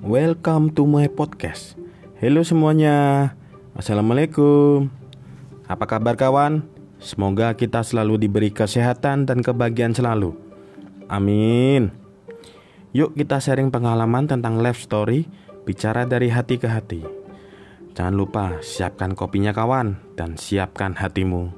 welcome to my podcast. Halo semuanya, Assalamualaikum. Apa kabar kawan? Semoga kita selalu diberi kesehatan dan kebahagiaan selalu. Amin. Yuk kita sharing pengalaman tentang life story, bicara dari hati ke hati. Jangan lupa siapkan kopinya kawan, dan siapkan hatimu.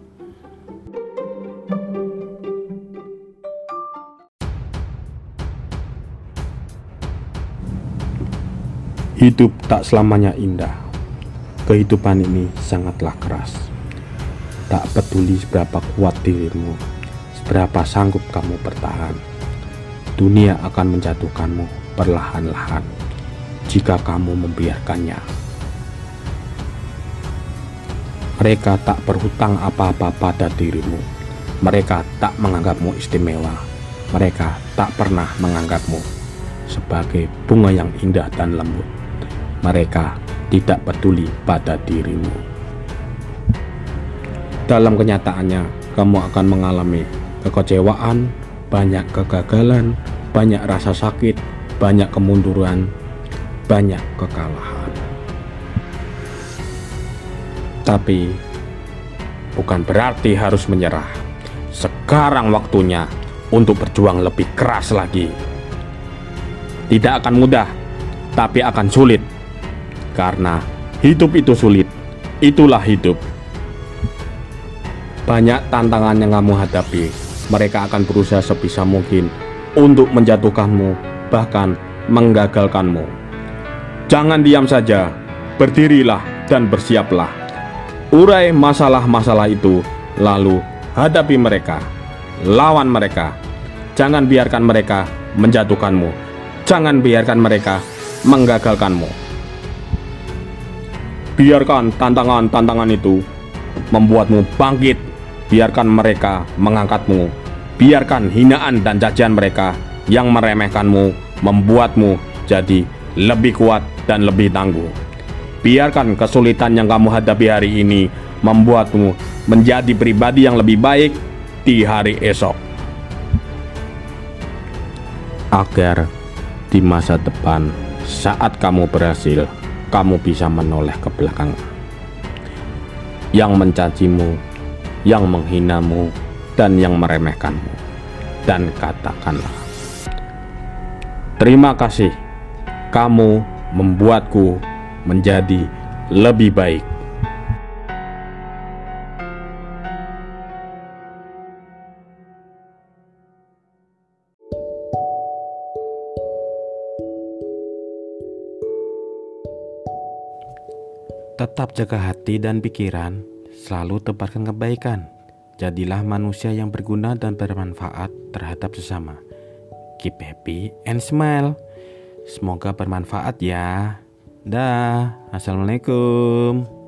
Hidup tak selamanya indah. Kehidupan ini sangatlah keras. Tak peduli seberapa kuat dirimu, seberapa sanggup kamu bertahan, dunia akan menjatuhkanmu perlahan-lahan jika kamu membiarkannya. Mereka tak berhutang apa-apa pada dirimu. Mereka tak menganggapmu istimewa. Mereka tak pernah menganggapmu sebagai bunga yang indah dan lembut. Mereka tidak peduli pada dirimu. Dalam kenyataannya, kamu akan mengalami kekecewaan, banyak kegagalan, banyak rasa sakit, banyak kemunduran, banyak kekalahan. Tapi bukan berarti harus menyerah. Sekarang waktunya untuk berjuang lebih keras lagi. Tidak akan mudah, tapi akan sulit. Karena hidup itu sulit, itulah hidup. Banyak tantangan yang kamu hadapi. Mereka akan berusaha sebisa mungkin untuk menjatuhkanmu, bahkan menggagalkanmu. Jangan diam saja, berdirilah dan bersiaplah. Urai masalah-masalah itu, lalu hadapi mereka, lawan mereka. Jangan biarkan mereka menjatuhkanmu. Jangan biarkan mereka menggagalkanmu. Biarkan tantangan-tantangan itu membuatmu bangkit. Biarkan mereka mengangkatmu. Biarkan hinaan dan cacian mereka yang meremehkanmu membuatmu jadi lebih kuat dan lebih tangguh. Biarkan kesulitan yang kamu hadapi hari ini membuatmu menjadi pribadi yang lebih baik di hari esok. Agar di masa depan, saat kamu berhasil, kamu bisa menoleh ke belakang. Yang mencacimu, yang menghinamu, dan yang meremehkanmu. Dan katakanlah, terima kasih, kamu membuatku menjadi lebih baik. Tetap jaga hati dan pikiran, selalu tebarkan kebaikan. Jadilah manusia yang berguna dan bermanfaat terhadap sesama. Keep happy and smile. Semoga bermanfaat ya. Dah, assalamualaikum.